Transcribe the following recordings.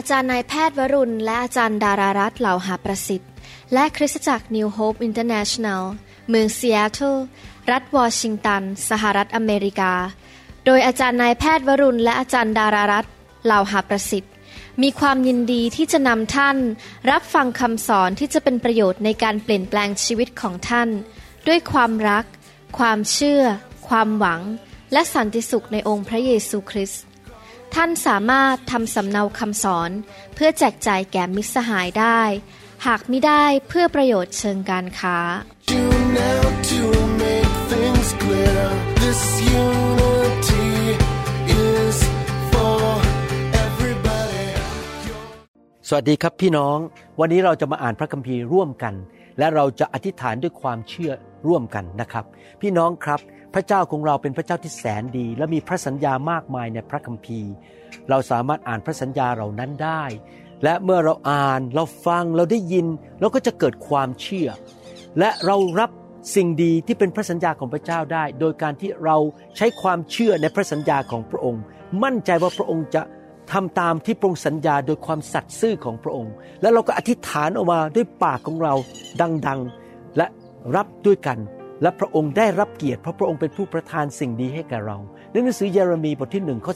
อาจารย์นายแพทย์วรุณและอาจารย์ดารารัตน์เหล่าหาประสิทธิ์และคริสตจักร New Hope International เมืองซีแอตเทิลรัฐวอชิงตันสหรัฐอเมริกาโดยอาจารย์นายแพทย์วรุณและอาจารย์ดารารัตน์เหล่าหาประสิทธิ์มีความยินดีที่จะนำท่านรับฟังคำสอนที่จะเป็นประโยชน์ในการเปลี่ยนแปลงชีวิตของท่านด้วยความรักความเชื่อความหวังและสันติสุขในองค์พระเยซูคริสต์ท่านสามารถทำสำเนาคำสอนเพื่อแจกจ่ายแก่มิตรสหายได้หากมิได้เพื่อประโยชน์เชิงการค้าสวัสดีครับพี่น้องวันนี้เราจะมาอ่านพระคัมภีร์ร่วมกันและเราจะอธิษฐานด้วยความเชื่อร่วมกันนะครับพี่น้องครับพระเจ้าของเราเป็นพระเจ้าที่แสนดีและมีพระสัญญามากมายในพระคัมภีร์เราสามารถอ่านพระสัญญาเหล่านั้นได้และเมื่อเราอ่านเราฟังเราได้ยินเราก็จะเกิดความเชื่อและเรารับสิ่งดีที่เป็นพระสัญญาของพระเจ้าได้โดยการที่เราใช้ความเชื่อในพระสัญญาของพระองค์มั่นใจว่าพระองค์จะทำตามที่พระองค์สัญญาโดยความสัตย์ซื่อของพระองค์และเราก็อธิษฐานออกมาด้วยปากของเราดังๆและรับด้วยกันและพระองค์ได้รับเกียรติเพราะพระองค์เป็นผู้ประทานสิ่งดีให้แก่เราในหนังสือเยเรมีบทที่1ข้อ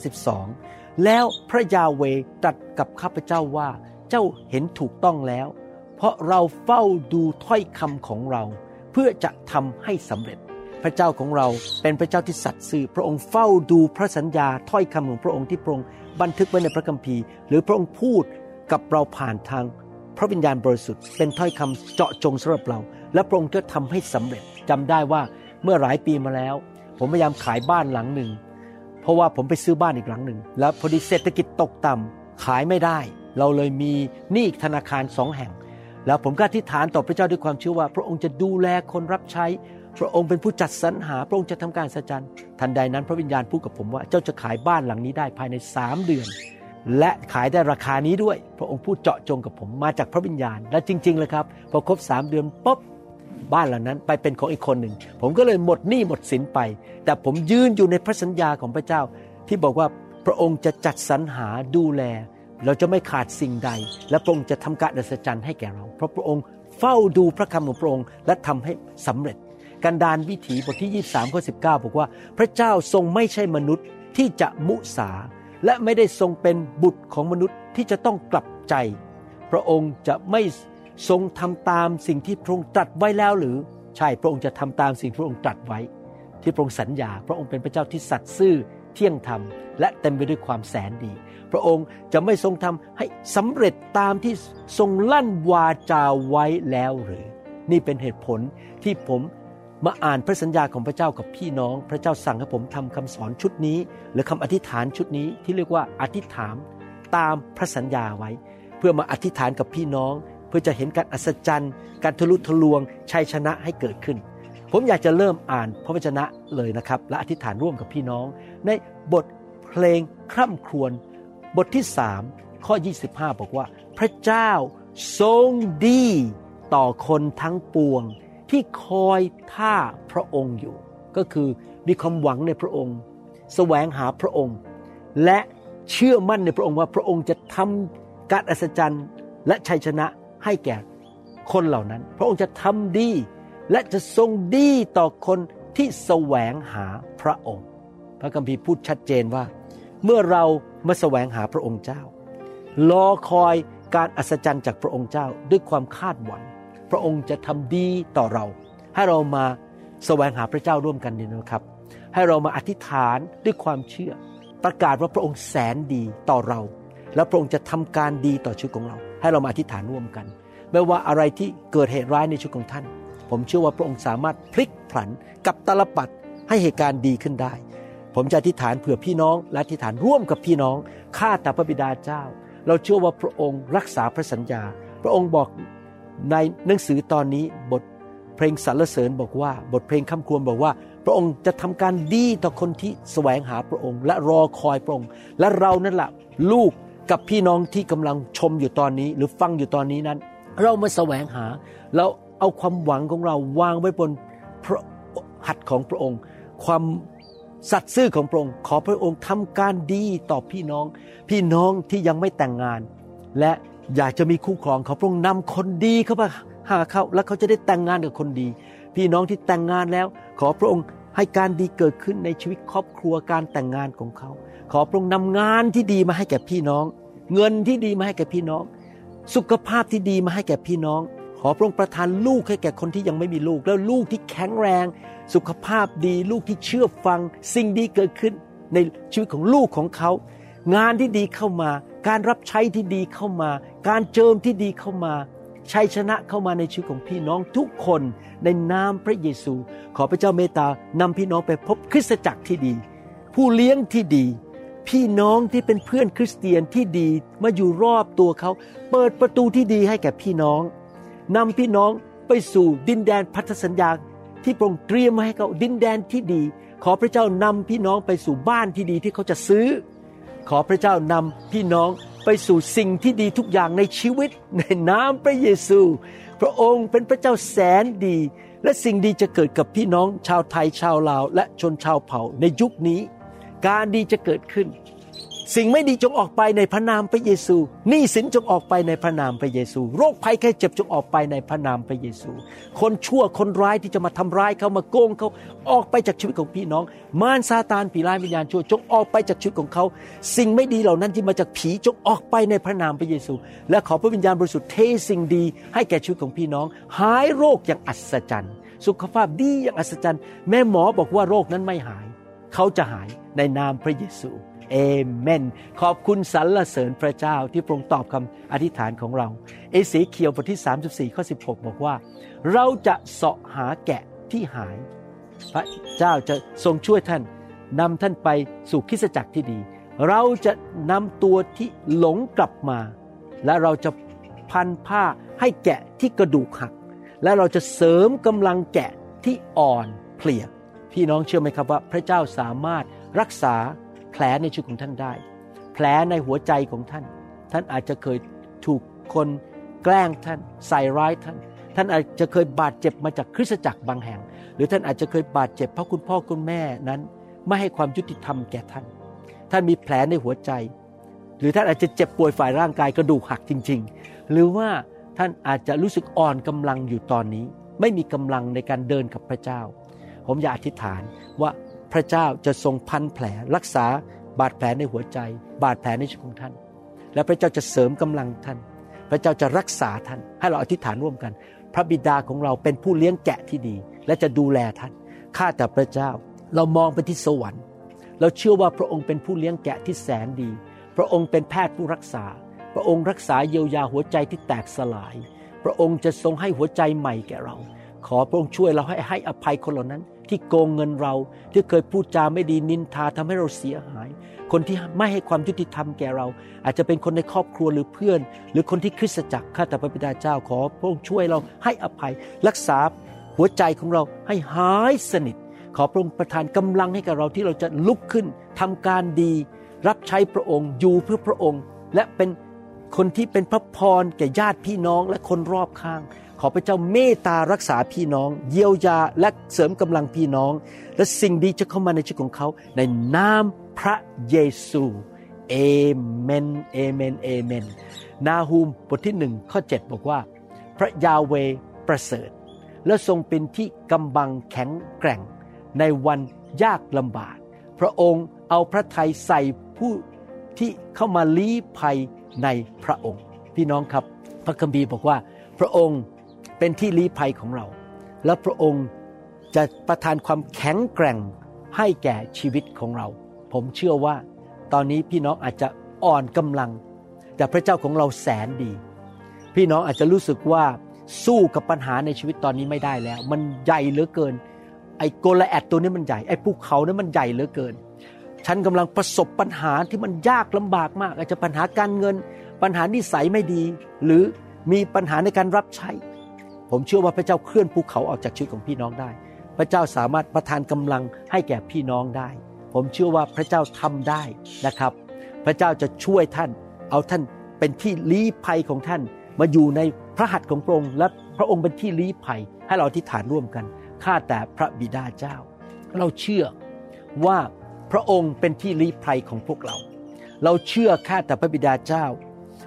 12แล้วพระยาเวห์ตรัสกับข้าพเจ้าว่าเจ้าเห็นถูกต้องแล้วเพราะเราเฝ้าดูถ้อยคำของเราเพื่อจะทำให้สำเร็จพระเจ้าของเราเป็นพระเจ้าที่สัตย์ซื่อพระองค์เฝ้าดูพระสัญญาถ้อยคำของพระองค์ที่พระองค์บันทึกไว้ในพระคัมภีร์หรือพระองค์พูดกับเราผ่านทางพระวิญญาณบริสุทธิ์เป็นถ้อยคำเจาะจงสำหรับเราและพระองค์จะทำให้สำเร็จจำได้ว่าเมื่อหลายปีมาแล้วผมพยายามขายบ้านหลังหนึ่งเพราะว่าผมไปซื้อบ้านอีกหลังหนึ่งแล้วพอดีเศรษฐกิจตกต่ำขายไม่ได้เราเลยมีหนี้ธนาคาร2 แห่งแล้วผมก็อธิษฐานต่อพระเจ้าด้วยความเชื่อว่าพระองค์จะดูแลคนรับใช้พระองค์เป็นผู้จัดสรรหาพระองค์จะทำการอัศจรรย์ทันใดนั้นพระวิญญาณพูดกับผมว่าเจ้าจะขายบ้านหลังนี้ได้ภายใน3 เดือนและขายได้ราคานี้ด้วยพระองค์พูดเจาะจงกับผมมาจากพระวิญญาณและจริงๆเลยครับพอครบ3 เดือนปุ๊บบ้านหลังนั้นไปเป็นของอีกคนหนึ่งผมก็เลยหมดหนี้หมดสินไปแต่ผมยืนอยู่ในพระสัญญาของพระเจ้าที่บอกว่าพระองค์จะจัดสรรหาดูแลเราจะไม่ขาดสิ่งใดและพระองค์จะทำการอัศจรรย์ให้แก่เราเพราะพระองค์เฝ้าดูพระคำของพระองค์และทำให้สำเร็จกันดารวิถีบทที่23ข้อ19บอกว่าพระเจ้าทรงไม่ใช่มนุษย์ที่จะมุสาและไม่ได้ทรงเป็นบุตรของมนุษย์ที่จะต้องกลับใจพระองค์จะไม่ทรงทำตามสิ่งที่พระองค์ตรัสไว้แล้วหรือใช่พระองค์จะทำตามสิ่งที่พระองค์ตรัสไว้ที่พระองค์สัญญาพระองค์เป็นพระเจ้าที่สัตย์ซื่อเที่ยงธรรมและเต็มไปด้วยความแสนดีพระองค์จะไม่ทรงทำให้สำเร็จตามที่ทรงลั่นวาจาไว้แล้วหรือนี่เป็นเหตุผลที่ผมมาอ่านพระสัญญาของพระเจ้ากับพี่น้องพระเจ้าสั่งให้ผมทำคำสอนชุดนี้หรือคำอธิษฐานชุดนี้ที่เรียกว่าอธิษฐานตามพระสัญญาไว้เพื่อมาอธิษฐานกับพี่น้องเพื่อจะเห็นการอัศจรรย์การทะลุทะลวงชัยชนะให้เกิดขึ้นผมอยากจะเริ่มอ่านพระวจนะเลยนะครับและอธิษฐานร่วมกับพี่น้องในบทเพลงคร่ำครวญบทที่3ข้อ25บอกว่าพระเจ้าทรงดีต่อคนทั้งปวงที่คอยท่าพระองค์อยู่ก็คือมีความหวังในพระองค์แสวงหาพระองค์และเชื่อมั่นในพระองค์ว่าพระองค์จะทำการอัศจรรย์และชัยชนะให้แก่คนเหล่านั้นพระองค์จะทำดีและจะทรงดีต่อคนที่แสวงหาพระองค์พระคัมภีร์พูดชัดเจนว่าเมื่อเรามาแสวงหาพระองค์เจ้ารอคอยการอัศจรรย์จากพระองค์เจ้าด้วยความคาดหวังพระองค์จะทำดีต่อเราให้เรามาแสวงหาพระเจ้าร่วมกันดีนะครับให้เรามาอธิษฐานด้วยความเชื่อประกาศว่าพระองค์แสนดีต่อเราและพระองค์จะทำการดีต่อชีวิตของเราให้เรามาอธิษฐานร่วมกันไม่ว่าอะไรที่เกิดเหตุร้ายในชีวิตของท่านผมเชื่อว่าพระองค์สามารถพลิกผันกับตาลปัดให้เหตุการณ์ดีขึ้นได้ผมจะอธิษฐานเผื่อพี่น้องและอธิษฐานร่วมกับพี่น้องข้าแต่พระบิดาเจ้าเราเชื่อว่าพระองค์รักษาพระสัญญาพระองค์บอกในหนังสือตอนนี้บทเพลงสรรเสริญบอกว่าบทเพลงคำครวญบอกว่าพระองค์จะทำการดีต่อคนที่แสวงหาพระองค์และรอคอยพระองค์และเรานั่นแหละลูกกับพี่น้องที่กำลังชมอยู่ตอนนี้หรือฟังอยู่ตอนนี้นั้นเรามาแสวงหาเราเอาความหวังของเราวางไว้บนพระหัตถ์ของพระองค์ความสัตย์ซื่อของพระองค์ขอพระองค์ทำการดีต่อพี่น้องที่ยังไม่แต่งงานและอยากจะมีคู่ครองเขาพระองค์นำคนดีเข้ามาหาเขาแล้วเขาจะได้แต่งงานกับคนดีพี่น้องที่แต่งงานแล้วขอพระองค์ให้การดีเกิดขึ้นในชีวิตครอบครัวการแต่งงานของเขาขอพระองค์นำงานที่ดีมาให้แก่พี่น้องเงินที่ดีมาให้แก่พี่น้องสุขภาพที่ดีมาให้แก่พี่น้องขอพระองค์ประทานลูกให้แก่คนที่ยังไม่มีลูกแล้วลูกที่แข็งแรงสุขภาพดีลูกที่เชื่อฟังสิ่งดีเกิดขึ้นในชีวิตของลูกของเขางานที่ดีเข้ามาการรับใช้ที่ดีเข้ามาการเจิมที่ดีเข้ามาชัยชนะเข้ามาในชีวิตของพี่น้องทุกคนในนามพระเยซูขอพระเจ้าเมตตานำพี่น้องไปพบคริสตจักรที่ดีผู้เลี้ยงที่ดีพี่น้องที่เป็นเพื่อนคริสเตียนที่ดีมาอยู่รอบตัวเขาเปิดประตูที่ดีให้แก่พี่น้องนำพี่น้องไปสู่ดินแดนพันธสัญญาที่พระองค์เตรียมมาให้เขาดินแดนที่ดีขอพระเจ้านำพี่น้องไปสู่บ้านที่ดีที่เขาจะซื้อขอพระเจ้านำพี่น้องไปสู่สิ่งที่ดีทุกอย่างในชีวิตในนามพระเยซูพระองค์เป็นพระเจ้าแสนดีและสิ่งดีจะเกิดกับพี่น้องชาวไทยชาวลาวและชนชาวเผ่าในยุคนี้การดีจะเกิดขึ้นสิ่งไม่ดีจงออกไปในพระนามพระเยซูหนี้สินจงออกไปในพระนามพระเยซูโรคภัยไข้เจ็บจงออกไปในพระนามพระเยซูคนชั่วคนร้ายที่จะมาทำร้ายเขามาโกงเขาออกไปจากชีวิตของพี่น้องมารซาตานผีร้ายวิญญาณชั่วจงออกไปจากชีวิตของเขาสิ่งไม่ดีเหล่านั้นที่มาจากผีจงออกไปในพระนามพระเยซูและขอพระวิญญาณบริสุทธิ์เทสิ่งดีให้แก่ชีวิตของพี่น้องหายโรคอย่างอัศจรรย์สุขภาพดีอย่างอัศจรรย์แม่หมอบอกว่าโรคนั้นไม่หายเขาจะหายในนามพระเยซูเอเมนขอบคุณสรรเสริญพระเจ้าที่ทรงตอบคำอธิษฐานของเราเอเสเคียลบทที่34ข้อ16บอกว่าเราจะเสาะหาแกะที่หายพระเจ้าจะทรงช่วยท่านนำท่านไปสู่คริสตจักรที่ดีเราจะนำตัวที่หลงกลับมาและเราจะพันผ้าให้แกะที่กระดูกหักและเราจะเสริมกำลังแกะที่อ่อนเพลียพี่น้องเชื่อไหมครับว่าพระเจ้าสามารถรักษาแผลในชีวิตของท่านได้แผลในหัวใจของท่านท่านอาจจะเคยถูกคนแกล้งท่านใส่ร้ายท่านอาจจะเคยบาดเจ็บมาจากคริสตจักรบางแห่งหรือท่านอาจจะเคยบาดเจ็บเพราะคุณพ่อคุณแม่นั้นไม่ให้ความยุติธรรมแก่ท่านมีแผลในหัวใจหรือท่านอาจจะเจ็บป่วยฝ่ายร่างกายกระดูกหักจริงๆหรือว่าท่านอาจจะรู้สึกอ่อนกำลังอยู่ตอนนี้ไม่มีกำลังในการเดินกับพระเจ้าผมอยากอธิษฐานว่าพระเจ้าจะทรงพันแผลรักษาบาดแผลในหัวใจบาดแผลในชีวิตของท่านและพระเจ้าจะเสริมกำลังท่านพระเจ้าจะรักษาท่านให้เราอธิษฐานร่วมกันพระบิดาของเราเป็นผู้เลี้ยงแกะที่ดีและจะดูแลท่านข้าแต่พระเจ้าเรามองไปที่สวรรค์เราเชื่อว่าพระองค์เป็นผู้เลี้ยงแกะที่แสนดีพระองค์เป็นแพทย์ผู้รักษาพระองค์รักษาเยียวยาหัวใจที่แตกสลายพระองค์จะทรงให้หัวใจใหม่แก่เราขอพระองค์ช่วยเราให้อภัยคนเหล่านั้นที่โกงเงินเราที่เคยพูดจาไม่ดีนินทาทำให้เราเสียหายคนที่ไม่ให้ความยุติธรรมแก่เราอาจจะเป็นคนในครอบครัวหรือเพื่อนหรือคนที่คริสตจักรข้าแต่พระบิดาเจ้าขอพระองค์ช่วยเราให้อภัยรักษาหัวใจของเราให้หายสนิทขอพระองค์ประทานกำลังให้กับเราที่เราจะลุกขึ้นทำการดีรับใช้พระองค์อยู่เพื่อพระองค์และเป็นคนที่เป็นพระพรแก่ญาติพี่น้องและคนรอบข้างขอพระเจ้าเมตตารักษาพี่น้องเยียวยาและเสริมกำลังพี่น้องและสิ่งดีจะเข้ามาในชีวิตของเขาในนามพระเยซูเอเมนเอเมนเอเมนนาฮูมบทที่1ข้อ7บอกว่าพระยาเวห์ประเสริฐและทรงเป็นที่กำบังแข็งแกร่งในวันยากลำบากพระองค์เอาพระทัยใส่ผู้ที่เข้ามาลี้ภัยในพระองค์พี่น้องครับพระคัมภีร์บอกว่าพระองค์เป็นที่ลี้ภัยของเราและพระองค์จะประทานความแข็งแกร่งให้แก่ชีวิตของเราผมเชื่อว่าตอนนี้พี่น้องอาจจะอ่อนกำลังแต่พระเจ้าของเราแสนดีพี่น้องอาจจะรู้สึกว่าสู้กับปัญหาในชีวิตตอนนี้ไม่ได้แล้วมันใหญ่เหลือเกินไอ้โกลแอดตัวนี้มันใหญ่ไอ้ภูเขานั้นมันใหญ่เหลือเกินฉันกำลังประสบปัญหาที่มันยากลำบากมากอาจจะปัญหาการเงินปัญหานิสัยไม่ดีหรือมีปัญหาในการรับใช้ผมเชื่อว่าพระเจ้าเคลื่อนภูเขาออกจากชีวิตของพี่น้องได้พระเจ้าสามารถประทานกำลังให้แก่พี่น้องได้ผมเชื่อว่าพระเจ้าทำได้นะครับพระเจ้าจะช่วยท่านเอาท่านเป็นที่ลี้ภัยของท่านมาอยู่ในพระหัตถ์ของพระองค์และพระองค์เป็นที่ลี้ภัยให้เราอธิษฐานร่วมกันข้าแต่พระบิดาเจ้าเราเชื่อว่าพระองค์เป็นที่ลี้ภัยของพวกเราเชื่อข้าแต่พระบิดาเจ้า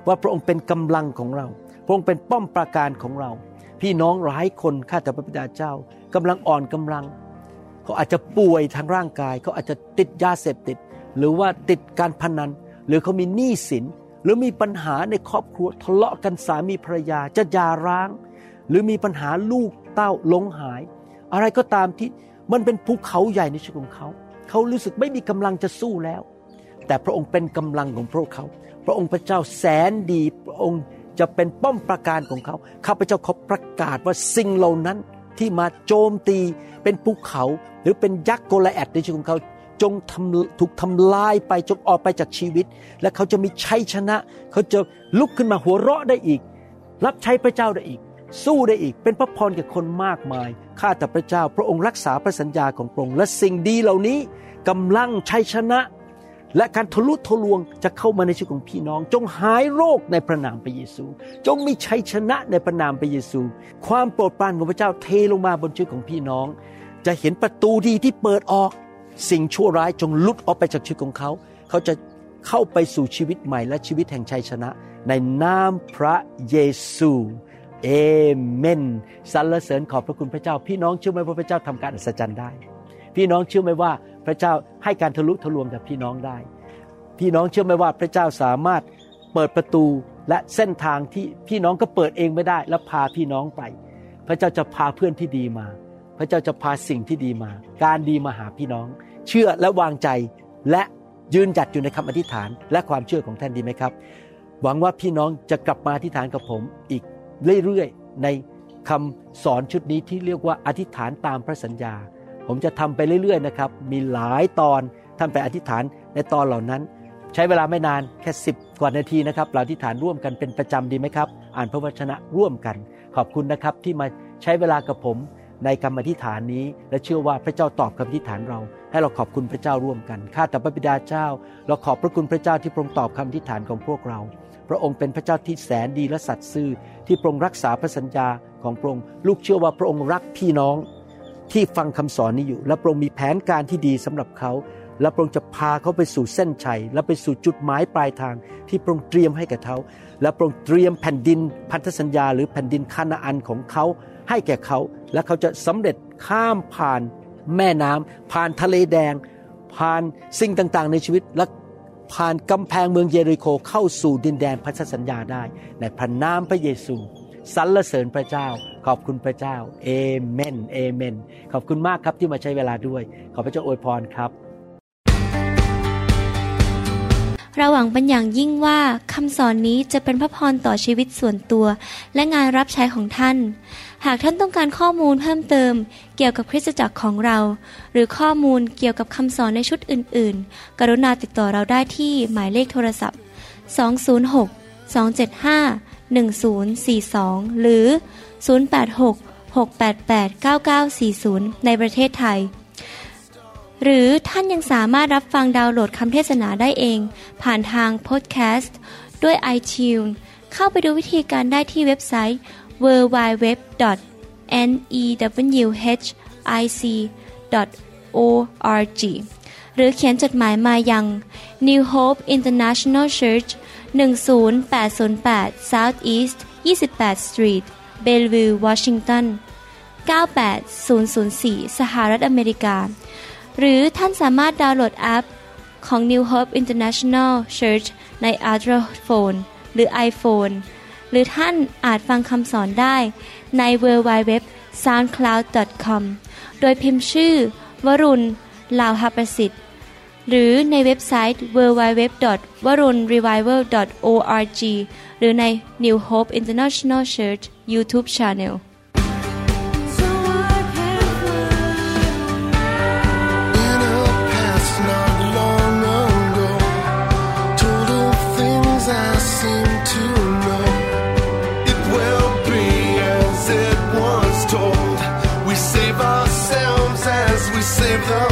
ว่าพระองค์เป็นกำลังของเราพระองค์เป็นป้อมปราการของเราพี่น้องหลายคนข้าแต่พระบิดาเจ้ากำลังอ่อนกำลังเขาอาจจะป่วยทางร่างกายเขาอาจจะติดยาเสพติดหรือว่าติดการพนันหรือเขามีหนี้สินหรือมีปัญหาในครอบครัวทะเลาะกันสามีภรรยาจะหย่าร้างหรือมีปัญหาลูกเต้าหลงหายอะไรก็ตามที่มันเป็นภูเขาใหญ่ในชีวิตของเขาเขารู้สึกไม่มีกำลังจะสู้แล้วแต่พระองค์เป็นกำลังของพวกเขาพระองค์พระเจ้าแสนดีพระองค์จะเป็นป้อมปราการของเขาข้าพเจ้าขอประกาศว่าสิ่งเหล่านั้นที่มาโจมตีเป็นภูเขาหรือเป็นยักษ์โกลิแอธในชีวิตของเขาจงถูกทำลายไปจงออกไปจากชีวิตและเขาจะมีชัยชนะเขาจะลุกขึ้นมาหัวเราะได้อีกรับใช้พระเจ้าได้อีกสู้ได้อีกเป็นพระพรแก่คนมากมายข้าแต่พระเจ้าพระองค์รักษาพระสัญญาของพระองค์และสิ่งดีเหล่านี้กำลังชัยชนะและการทะลุทะลวงจะเข้ามาในชีวิตของพี่น้องจงหายโรคในพระนามพระเยซูจงมีชัยชนะในพระนามพระเยซูความโปรดปรานของพระเจ้าเทลงมาบนชีวิตของพี่น้องจะเห็นประตูดีที่เปิดออกสิ่งชั่วร้ายจงหลุดออกไปจากชีวิตของเขาเขาจะเข้าไปสู่ชีวิตใหม่และชีวิตแห่งชัยชนะในนามพระเยซูเอเมนสรรเสริญขอบพระคุณพระเจ้าพี่น้องเชื่อไหมว่าพระเจ้าทำการอัศจรรย์ได้พี่น้องเชื่อไหมว่าพระเจ้าให้การทะลุทะลวงกับพี่น้องได้พี่น้องเชื่อไหมว่าพระเจ้าสามารถเปิดประตูและเส้นทางที่พี่น้องก็เปิดเองไม่ได้แล้วพาพี่น้องไปพระเจ้าจะพาเพื่อนที่ดีมาพระเจ้าจะพาสิ่งที่ดีมาการดีมาหาพี่น้องเชื่อและวางใจและยืนหยัดอยู่ในคำอธิษฐานและความเชื่อของท่านดีไหมครับหวังว่าพี่น้องจะกลับมาอธิษฐานกับผมอีกเรื่อยๆในคำสอนชุดนี้ที่เรียกว่าอธิษฐานตามพระสัญญาผมจะทำไปเรื่อยๆนะครับมีหลายตอนท่านไปอธิษฐานในตอนเหล่านั้นใช้เวลาไม่นานแค่10 กว่านาทีนะครับเราอธิษฐานร่วมกันเป็นประจำดีไหมครับอ่านพระวจนะร่วมกันขอบคุณนะครับที่มาใช้เวลากับผมในคำอธิษฐานนี้และเชื่อว่าพระเจ้าตอบคำอธิษฐานเราให้เราขอบคุณพระเจ้าร่วมกันข้าแต่พระบิดาเจ้าเราขอบพระคุณพระเจ้าที่พระองค์ตอบคำอธิษฐานของพวกเราพระองค์เป็นพระเจ้าที่แสนดีและสัตย์ซื่อที่พระองค์รักษาพระสัญญาของพระองค์ลูกเชื่อว่าพระองค์รักพี่น้องที่ฟังคำสอนนี้อยู่และพระองค์มีแผนการที่ดีสำหรับเขาและพระองค์จะพาเขาไปสู่เส้นชัยและไปสู่จุดหมายปลายทางที่พระองค์เตรียมให้กับเขาและพระองค์เตรียมแผ่นดินพันธสัญญาหรือแผ่นดินคานาอันของเขาให้แก่เขาและเขาจะสำเร็จข้ามผ่านแม่น้ำผ่านทะเลแดงผ่านสิ่งต่างๆในชีวิตและผ่านกำแพงเมืองเยริโคเข้าสู่ดินแดนพันธสัญญาได้ในพระนามพระเยซูสรรเสริญพระเจ้าขอบคุณพระเจ้าเอเมนเอเมนขอบคุณมากครับที่มาใช้เวลาด้วยขอพระเจ้าอวยพรครับเราหวังเป็นอย่างยิ่งว่าคำสอนนี้จะเป็นพระพรต่อชีวิตส่วนตัวและงานรับใช้ของท่านหากท่านต้องการข้อมูลเพิ่มเติมเกี่ยวกับคริสตจักรของเราหรือข้อมูลเกี่ยวกับคำสอนในชุดอื่นๆกรุณาติดต่อเราได้ที่หมายเลขโทรศัพท์206-275-1042หรือ086-688-9940ในประเทศไทยหรือท่านยังสามารถรับฟังดาวน์โหลดคำเทศนาได้เองผ่านทางพอดแคสต์ด้วย iTunes เข้าไปดูวิธีการได้ที่เว็บไซต์ www.newhic.org หรือเขียนจดหมายมายัง New Hope International Church 10808 South East 28th Street Bellevue Washington 98004 สหรัฐอเมริกาหรือท่านสามารถดาวน์โหลดแอปของ New Hope International Church ใน Android Phone หรือ iPhone หรือท่านอาจฟังคำสอนได้ใน www.soundcloud.com โดยพิมพ์ชื่อวรุณ ลาวหประสิทธิ์หรือในเว็บไซต์ www.warunrevival.org หรือใน New Hope International Church YouTube Channel Save the